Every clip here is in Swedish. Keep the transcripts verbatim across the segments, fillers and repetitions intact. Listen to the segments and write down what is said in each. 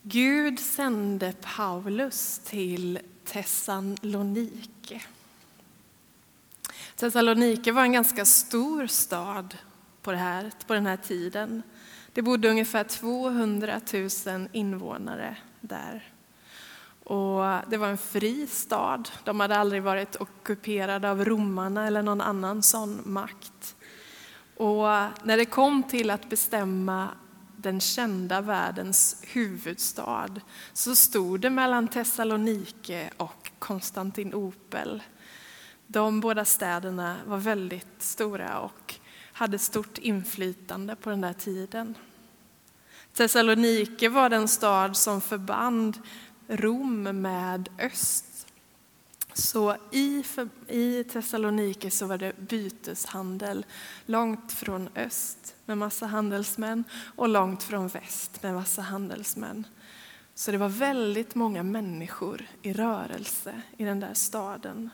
Gud sände Paulus till Thessalonike. Thessalonike var en ganska stor stad på, det här, på den här tiden. Det bodde ungefär tvåhundratusen invånare där. Och det var en fri stad. De hade aldrig varit ockuperade av romarna eller någon annan sån makt. Och när det kom till att bestämma den kända världens huvudstad så stod det mellan Thessalonike och Konstantinopel. De båda städerna var väldigt stora och hade stort inflytande på den där tiden. Thessalonike var den stad som förband Rom med öst. Så i, i Thessalonike så var det byteshandel långt från öst med massa handelsmän och långt från väst med massa handelsmän. Så det var väldigt många människor i rörelse i den där staden.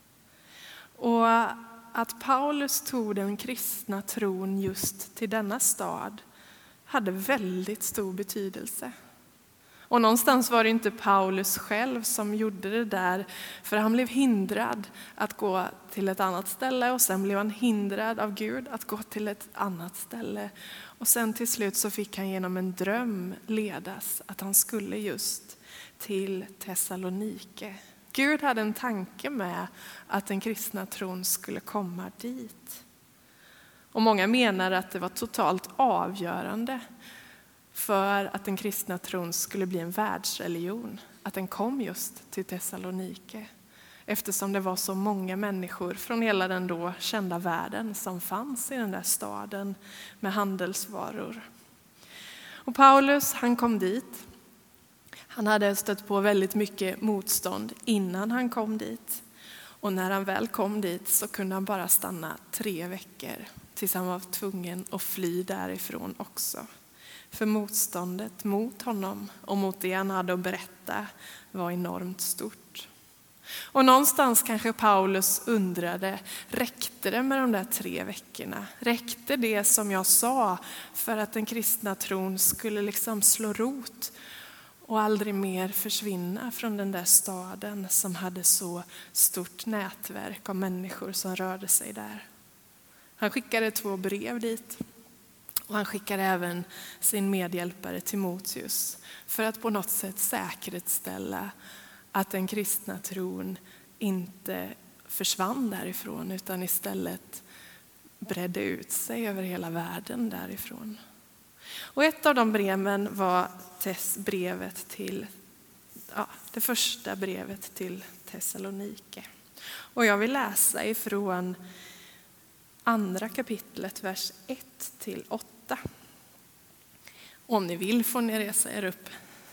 Och att Paulus tog den kristna tron just till denna stad hade väldigt stor betydelse. Och någonstans var det inte Paulus själv som gjorde det där, för han blev hindrad att gå till ett annat ställe och sen blev han hindrad av Gud att gå till ett annat ställe. Och sen till slut så fick han genom en dröm ledas att han skulle just till Thessalonike. Gud hade en tanke med att den kristna tron skulle komma dit. Och många menar att det var totalt avgörande för att den kristna tron skulle bli en världsreligion, att den kom just till Thessalonike. Eftersom det var så många människor från hela den då kända världen som fanns i den där staden med handelsvaror. Och Paulus, han kom dit. Han hade stött på väldigt mycket motstånd innan han kom dit. Och när han väl kom dit så kunde han bara stanna tre veckor tills han var tvungen att fly därifrån också. För motståndet mot honom och mot det han hade att berätta var enormt stort. Och någonstans kanske Paulus undrade, räckte det med de där tre veckorna? Räckte det som jag sa för att den kristna tron skulle liksom slå rot och aldrig mer försvinna från den där staden som hade så stort nätverk av människor som rörde sig där? Han skickade två brev dit. Och han skickade även sin medhjälpare Timoteus för att på något sätt säkerställa att den kristna tron inte försvann därifrån utan istället bredde ut sig över hela världen därifrån. Och ett av de breven var brevet till, ja, det första brevet till Thessalonike. Och jag vill läsa ifrån andra kapitlet, vers ett till åtta. Om ni vill får ni resa er upp.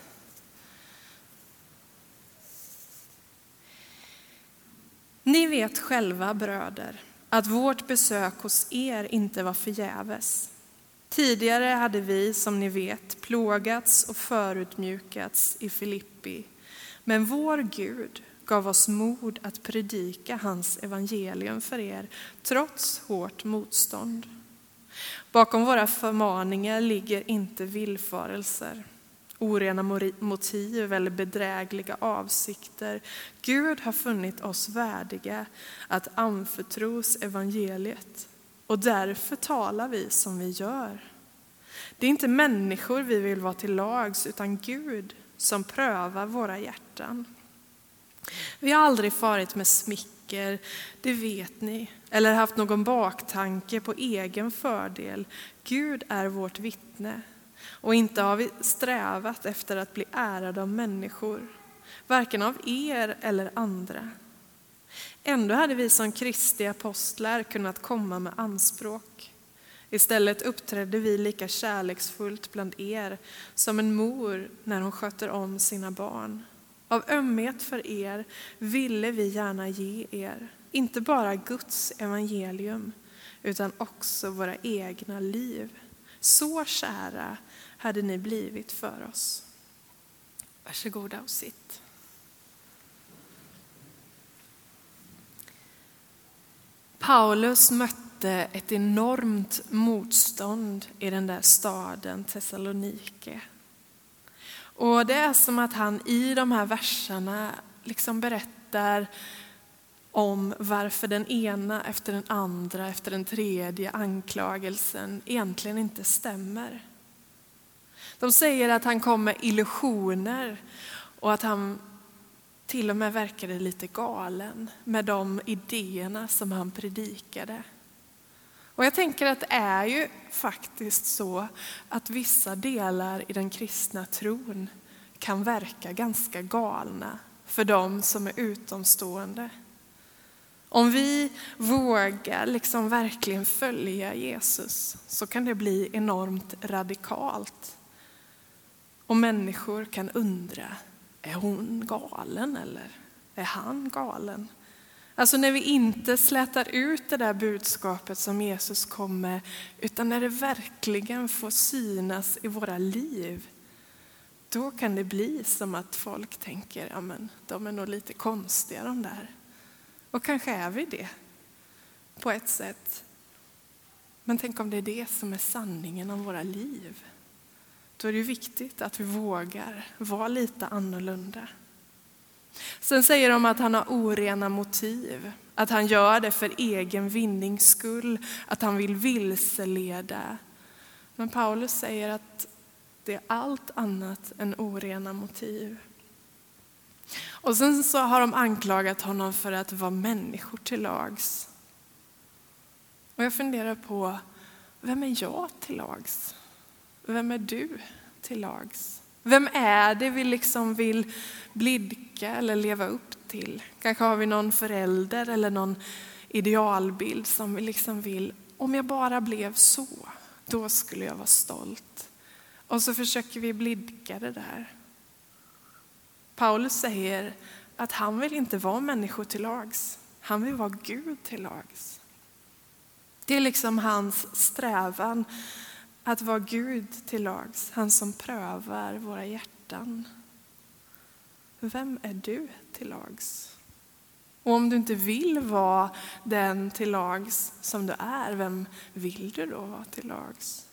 Ni vet själva, bröder, att vårt besök hos er inte var förgäves. Tidigare hade vi, som ni vet, plågats och förutmjukats i Filippi. Men vår Gud gav oss mod att predika hans evangelium för er, trots hårt motstånd. Bakom våra förmaningar ligger inte villfarelser, orena motiv eller bedrägliga avsikter. Gud har funnit oss värdiga att anförtros evangeliet, och därför talar vi som vi gör. Det är inte människor vi vill vara till lags, utan Gud som prövar våra hjärtan. Vi har aldrig farit med smicker, det vet ni, eller haft någon baktanke på egen fördel. Gud är vårt vittne, och inte har vi strävat efter att bli ärade av människor, varken av er eller andra. Ändå hade vi som Kristi apostlar kunnat komma med anspråk. Istället uppträdde vi lika kärleksfullt bland er som en mor när hon sköter om sina barn. Av ömhet för er ville vi gärna ge er, inte bara Guds evangelium, utan också våra egna liv. Så kära hade ni blivit för oss. Varsågoda och sitt. Paulus mötte ett enormt motstånd i den där staden Thessalonike. Och det är som att han i de här verserna liksom berättar om varför den ena efter den andra efter den tredje anklagelsen egentligen inte stämmer. De säger att han kom med illusioner och att han till och med verkade lite galen med de idéerna som han predikade. Och jag tänker att det är ju faktiskt så att vissa delar i den kristna tron kan verka ganska galna för dem som är utomstående. Om vi vågar liksom verkligen följa Jesus så kan det bli enormt radikalt. Och människor kan undra, är hon galen eller är han galen? Alltså när vi inte slätar ut det där budskapet som Jesus kom med, utan när det verkligen får synas i våra liv, då kan det bli som att folk tänker, ja men de är nog lite konstiga de där. Och kanske är vi det på ett sätt. Men tänk om det är det som är sanningen om våra liv. Då är det viktigt att vi vågar vara lite annorlunda. Sen säger de att han har orena motiv. Att han gör det för egen vinnings skull. Att han vill vilseleda. Men Paulus säger att det är allt annat än orena motiv. Och sen så har de anklagat honom för att vara människor till lags. Och jag funderar på, vem är jag till lags? Vem är du till lags? Vem är det vi liksom vill blidka eller leva upp till? Kanske har vi någon förälder eller någon idealbild som vi liksom vill, om jag bara blev så, då skulle jag vara stolt. Och så försöker vi blidka det där. Paulus säger att han vill inte vara människor till lags. Han vill vara Gud till lags. Det är liksom hans strävan att vara Gud till lags. Han som prövar våra hjärtan. Vem är du till lags? Och om du inte vill vara den till lags som du är, vem vill du då vara till lags?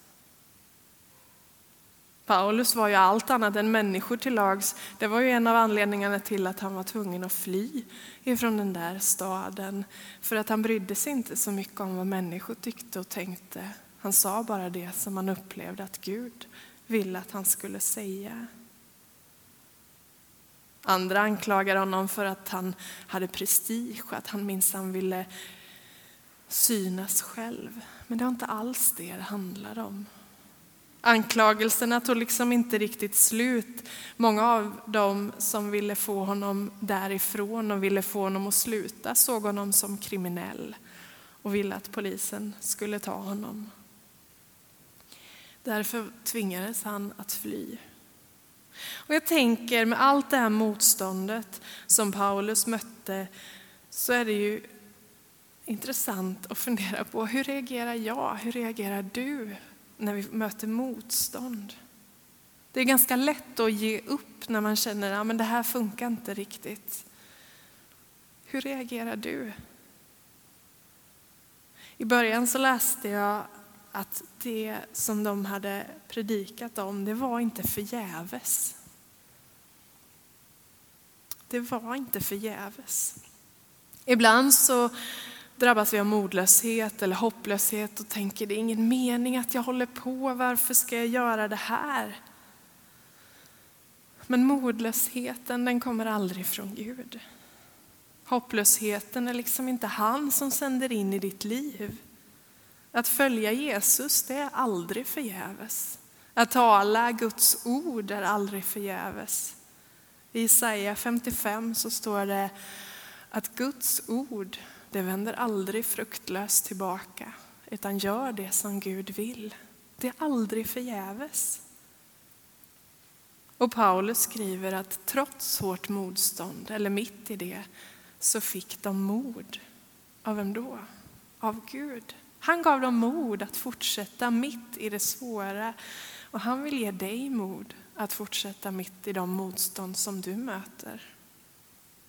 Paulus var ju allt annat än människor till lags. Det var ju en av anledningarna till att han var tvungen att fly ifrån den där staden. För att han brydde sig inte så mycket om vad människor tyckte och tänkte. Han sa bara det som han upplevde att Gud ville att han skulle säga. Andra anklagar honom för att han hade prestige, att han minsann ville synas själv. Men det var inte alls det det handlade om. Anklagelserna tog liksom inte riktigt slut. Många av dem som ville få honom därifrån och ville få honom att sluta såg honom som kriminell och ville att polisen skulle ta honom. Därför tvingades han att fly. Och jag tänker med allt det här motståndet som Paulus mötte, så är det ju intressant att fundera på, hur reagerar jag? Hur reagerar du när vi möter motstånd? Det är ganska lätt att ge upp när man känner att ja, det här funkar inte riktigt. Hur reagerar du? I början så läste jag att det som de hade predikat om, det var inte förgäves. Det var inte förgäves. Ibland så drabbas vi av modlöshet eller hopplöshet och tänker, det är ingen mening att jag håller på, varför ska jag göra det här? Men modlösheten, den kommer aldrig från Gud. Hopplösheten är liksom inte han som sänder in i ditt liv. Att följa Jesus, det är aldrig förgäves. Att tala Guds ord är aldrig förgäves. I Jesaja femtiofem så står det att Guds ord, det vänder aldrig fruktlöst tillbaka, utan gör det som Gud vill. Det är aldrig förgäves. Och Paulus skriver att trots hårt motstånd, eller mitt i det, så fick de mod. Av vem då? Av Gud. Han gav dem mod att fortsätta mitt i det svåra. Och han vill ge dig mod att fortsätta mitt i de motstånd som du möter.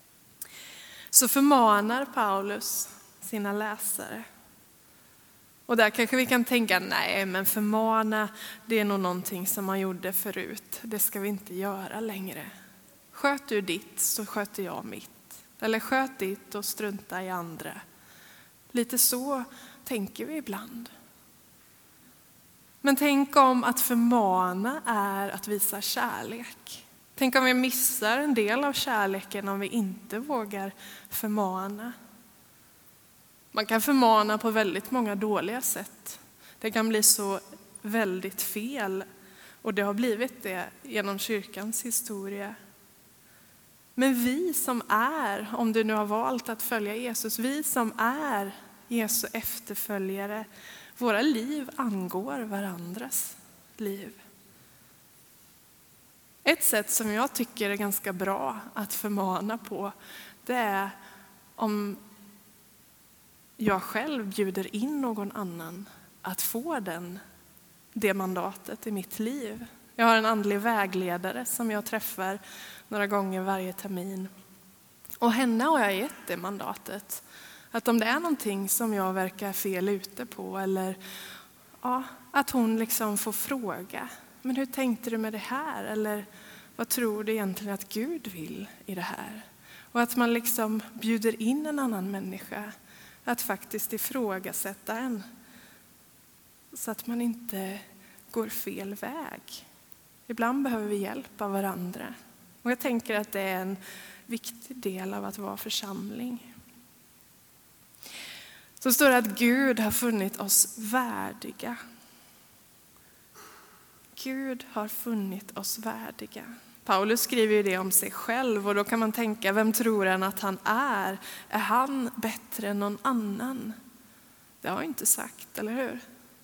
Så förmanar Paulus sina läsare Och där kanske vi kan tänka, nej men förmana, det är nog någonting som man gjorde förut. Det ska vi inte göra längre. Sköt du ditt så sköter jag mitt. Eller sköt ditt och strunta i andra. Lite så tänker vi ibland. Men tänk om att förmana är att visa kärlek. Tänk om vi missar en del av kärleken om vi inte vågar förmana. Man kan förmana på väldigt många dåliga sätt. Det kan bli så väldigt fel, och det har blivit det genom kyrkans historia. Men vi som är, om du nu har valt att följa Jesus, vi som är Jesu efterföljare, våra liv angår varandras liv. Ett sätt som jag tycker är ganska bra att förmana på, det är om jag själv bjuder in någon annan att få den, det mandatet i mitt liv. Jag har en andlig vägledare som jag träffar några gånger varje termin. Och henne har jag gett det mandatet. Att om det är någonting som jag verkar fel ute på, eller ja, att hon liksom får fråga. Men hur tänkte du med det här? Eller vad tror du egentligen att Gud vill i det här? Och att man liksom bjuder in en annan människa att faktiskt ifrågasätta en. Så att man inte går fel väg. Ibland behöver vi hjälp av varandra. Och jag tänker att det är en viktig del av att vara församling. Så står det att Gud har funnit oss värdiga. Gud har funnit oss värdiga. Paulus skriver ju det om sig själv, och då kan man tänka, vem tror han att han är? Är han bättre än någon annan? Det har jag inte sagt, eller hur?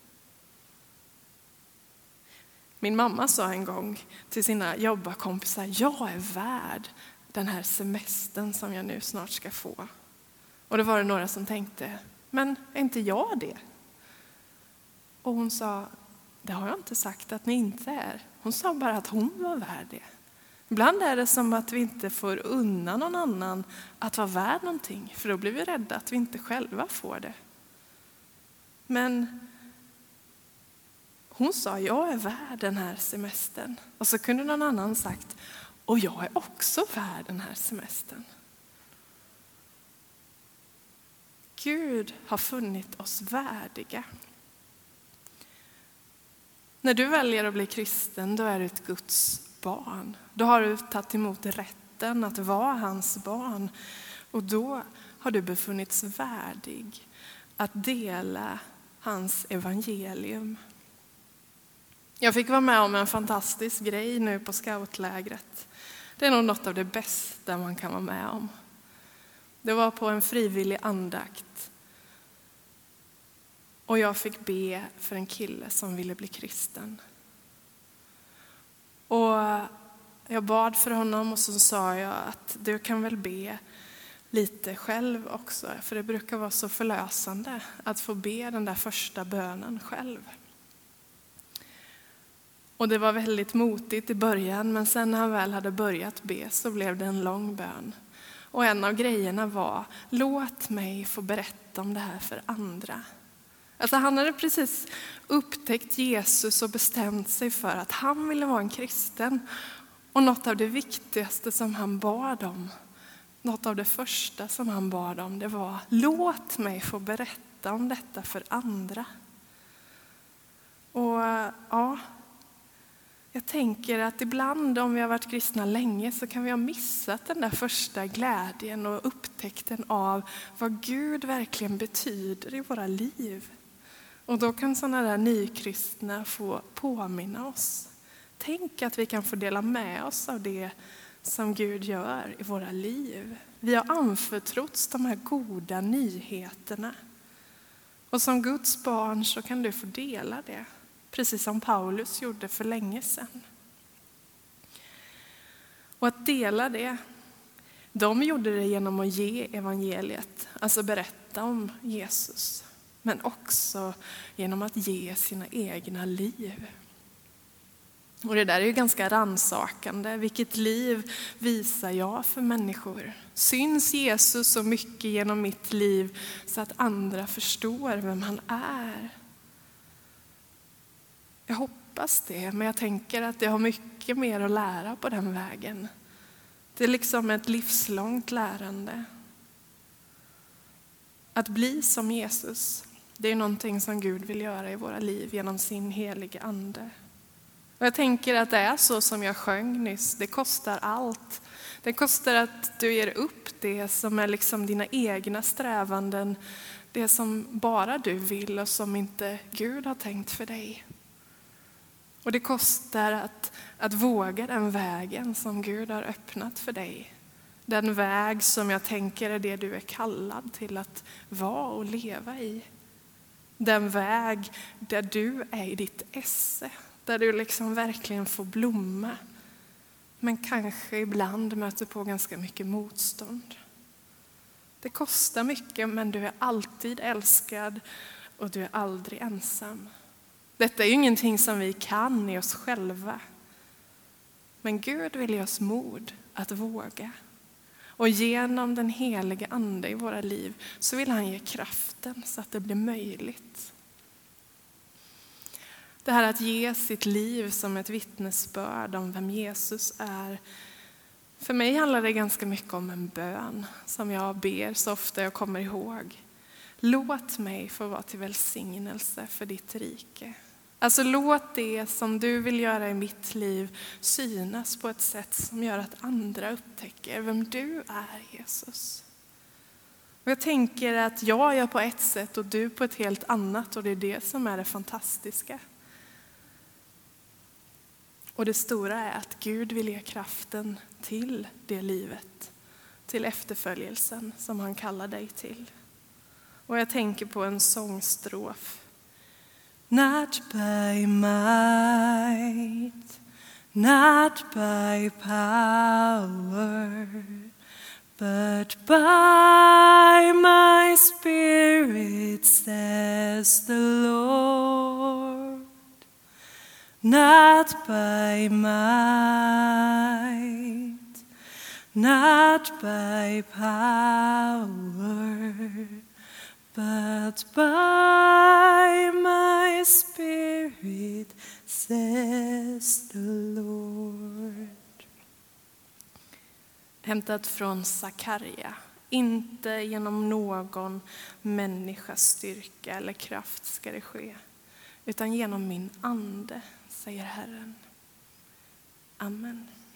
Min mamma sa en gång till sina jobbarkompisar, jag är värd den här semestern som jag nu snart ska få. Och då var det några som tänkte, men är inte jag det? Och hon sa, det har jag inte sagt att ni inte är. Hon sa bara att hon var värd det. Ibland är det som att vi inte får unna någon annan att vara värd någonting. För då blir vi rädda att vi inte själva får det. Men hon sa, jag är värd den här semestern. Och så kunde någon annan sagt, och jag är också värd den här semestern. Gud har funnit oss värdiga. När du väljer att bli kristen, då är du ett Guds barn. Då har du tagit emot rätten att vara hans barn. Och då har du befunnits värdig att dela hans evangelium. Jag fick vara med om en fantastisk grej nu på scoutlägret. Det är nog något av det bästa man kan vara med om. Det var på en frivillig andakt. Och jag fick be för en kille som ville bli kristen. Och jag bad för honom, och så sa jag att du kan väl be lite själv också. För det brukar vara så förlösande att få be den där första bönen själv. Och det var väldigt motigt i början, men sen när han väl hade börjat be så blev det en lång bön. Och en av grejerna var, låt mig få berätta om det här för andra. Alltså han hade precis upptäckt Jesus och bestämt sig för att han ville vara en kristen. Och något av det viktigaste som han bad om, något av det första som han bad om, det var, låt mig få berätta om detta för andra. Och ja, jag tänker att ibland om vi har varit kristna länge så kan vi ha missat den där första glädjen och upptäckten av vad Gud verkligen betyder i våra liv. Och då kan sådana där nykristna få påminna oss. Tänk att vi kan få dela med oss av det som Gud gör i våra liv. Vi har anförtrotts de här goda nyheterna. Och som Guds barn så kan du få dela det. Precis som Paulus gjorde för länge sedan. Och att dela det, de gjorde det genom att ge evangeliet, alltså berätta om Jesus. Men också genom att ge sina egna liv. Och det där är ju ganska rannsakande. Vilket liv visar jag för människor? Syns Jesus så mycket genom mitt liv så att andra förstår vem han är? Jag hoppas det, men jag tänker att jag har mycket mer att lära på den vägen. Det är liksom ett livslångt lärande. Att bli som Jesus, det är någonting som Gud vill göra i våra liv genom sin heliga ande. Och jag tänker att det är så som jag sjöng nyss, det kostar allt. Det kostar att du ger upp det som är liksom dina egna strävanden, det som bara du vill och som inte Gud har tänkt för dig. Och det kostar att, att våga den vägen som Gud har öppnat för dig. Den väg som jag tänker är det du är kallad till att vara och leva i. Den väg där du är i ditt esse. Där du liksom verkligen får blomma. Men kanske ibland möter på ganska mycket motstånd. Det kostar mycket, men du är alltid älskad och du är aldrig ensam. Detta är ju ingenting som vi kan i oss själva. Men Gud vill ge oss mod att våga. Och genom den heliga ande i våra liv så vill han ge kraften så att det blir möjligt. Det här att ge sitt liv som ett vittnesbörd om vem Jesus är. För mig handlar det ganska mycket om en bön som jag ber så ofta jag kommer ihåg. Låt mig få vara till välsignelse för ditt rike. Alltså låt det som du vill göra i mitt liv synas på ett sätt som gör att andra upptäcker vem du är, Jesus. Och jag tänker att jag gör på ett sätt och du på ett helt annat, och det är det som är det fantastiska. Och det stora är att Gud vill ge kraften till det livet, till efterföljelsen som han kallar dig till. Och jag tänker på en sångstrof. Not by might, not by power, but by my spirit, says the Lord. Not by might, not by power, but by my spirit, says the Lord. Hämtat från Sakarja. Inte genom någon människas styrka eller kraft ska det ske, utan genom min ande, säger Herren. Amen.